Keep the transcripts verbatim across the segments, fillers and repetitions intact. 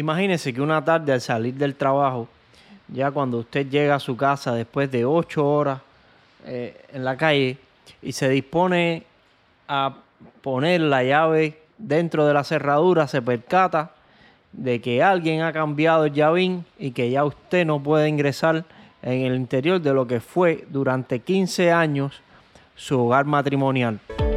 Imagínese que una tarde al salir del trabajo, ya cuando usted llega a su casa después de ocho horas eh, en la calle y se dispone a poner la llave dentro de la cerradura, se percata de que alguien ha cambiado el llavín y que ya usted no puede ingresar en el interior de lo que fue durante quince años su hogar matrimonial.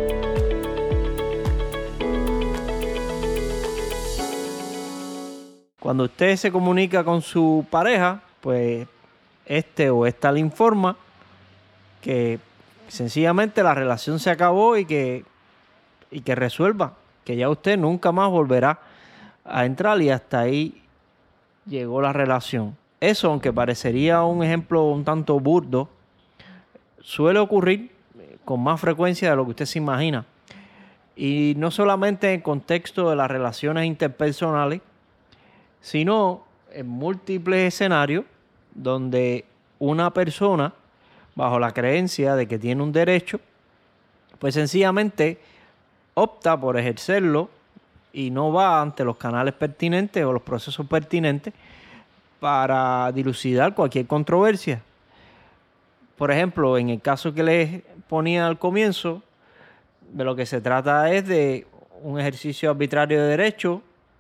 Cuando usted se comunica con su pareja, pues este o esta le informa que sencillamente la relación se acabó y que, y que resuelva, que ya usted nunca más volverá a entrar y hasta ahí llegó la relación. Eso, aunque parecería un ejemplo un tanto burdo, suele ocurrir con más frecuencia de lo que usted se imagina. Y no solamente en el contexto de las relaciones interpersonales, sino en múltiples escenarios donde una persona, bajo la creencia de que tiene un derecho, pues sencillamente opta por ejercerlo y no va ante los canales pertinentes o los procesos pertinentes para dilucidar cualquier controversia. Por ejemplo, en el caso que les ponía al comienzo, de lo que se trata es de un ejercicio arbitrario de derecho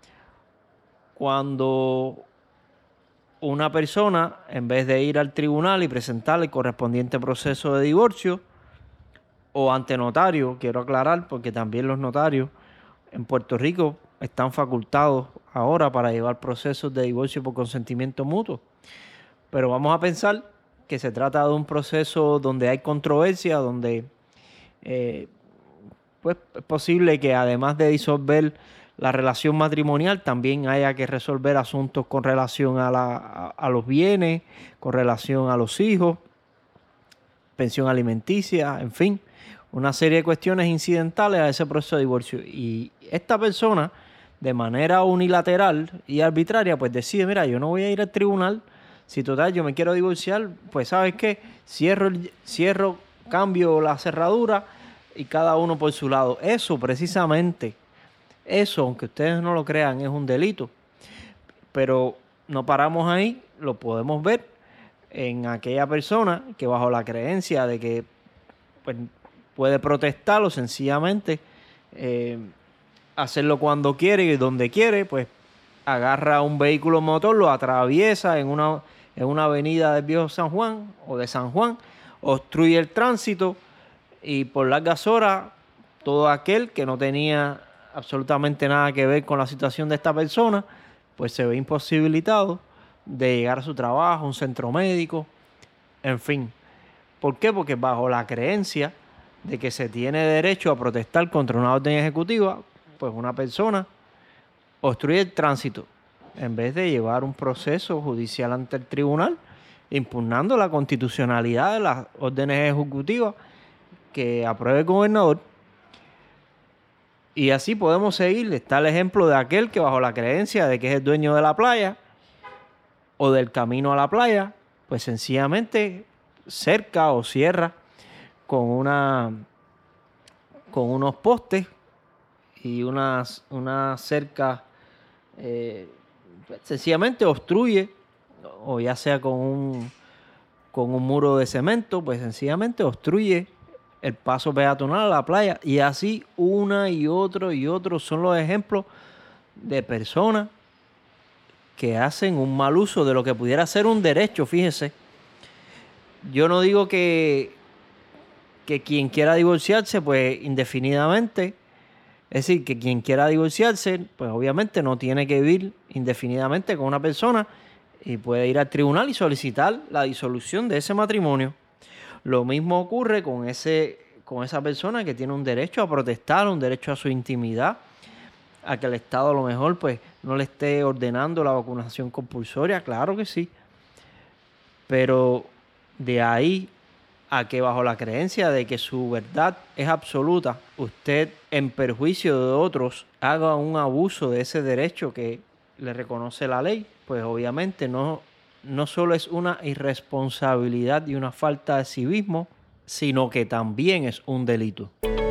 cuando una persona, en vez de ir al tribunal y presentar el correspondiente proceso de divorcio, o ante notario, quiero aclarar, porque también los notarios en Puerto Rico están facultados ahora para llevar procesos de divorcio por consentimiento mutuo. Pero vamos a pensar que se trata de un proceso donde hay controversia, donde eh, pues es posible que además de disolver la relación matrimonial, también haya que resolver asuntos con relación a, la, a, a los bienes, con relación a los hijos, pensión alimenticia, en fin, una serie de cuestiones incidentales a ese proceso de divorcio. Y esta persona, de manera unilateral y arbitraria, pues decide, mira, yo no voy a ir al tribunal, si total yo me quiero divorciar, pues ¿sabes qué? Cierro, cierro, cambio la cerradura y cada uno por su lado. Eso precisamente, eso, aunque ustedes no lo crean, es un delito. Pero no paramos ahí, lo podemos ver en aquella persona que bajo la creencia de que pues, puede protestar o sencillamente eh, hacerlo cuando quiere y donde quiere, pues agarra un vehículo motor, lo atraviesa en una, en una avenida del viejo San Juan o de San Juan, obstruye el tránsito y por largas horas todo aquel que no tenía absolutamente nada que ver con la situación de esta persona, pues se ve imposibilitado de llegar a su trabajo, un centro médico, en fin. ¿Por qué? Porque bajo la creencia de que se tiene derecho a protestar contra una orden ejecutiva, pues una persona obstruye el tránsito en vez de llevar un proceso judicial ante el tribunal, impugnando la constitucionalidad de las órdenes ejecutivas que apruebe el gobernador. Y así podemos seguir. Está el ejemplo de aquel que bajo la creencia de que es el dueño de la playa o del camino a la playa, pues sencillamente cerca o cierra con una con unos postes y unas una cerca, eh, sencillamente obstruye, o ya sea con un con un muro de cemento, pues sencillamente obstruye el paso peatonal a la playa. Y así una y otro y otro son los ejemplos de personas que hacen un mal uso de lo que pudiera ser un derecho. Fíjese, yo no digo que, que quien quiera divorciarse, pues indefinidamente, es decir, que quien quiera divorciarse, pues obviamente no tiene que vivir indefinidamente con una persona y puede ir al tribunal y solicitar la disolución de ese matrimonio. Lo mismo ocurre con, ese, con esa persona que tiene un derecho a protestar, un derecho a su intimidad, a que el Estado a lo mejor pues no le esté ordenando la vacunación compulsoria, claro que sí. Pero de ahí a que bajo la creencia de que su verdad es absoluta, usted en perjuicio de otros haga un abuso de ese derecho que le reconoce la ley, pues obviamente no, no solo es una irresponsabilidad y una falta de civismo, sino que también es un delito.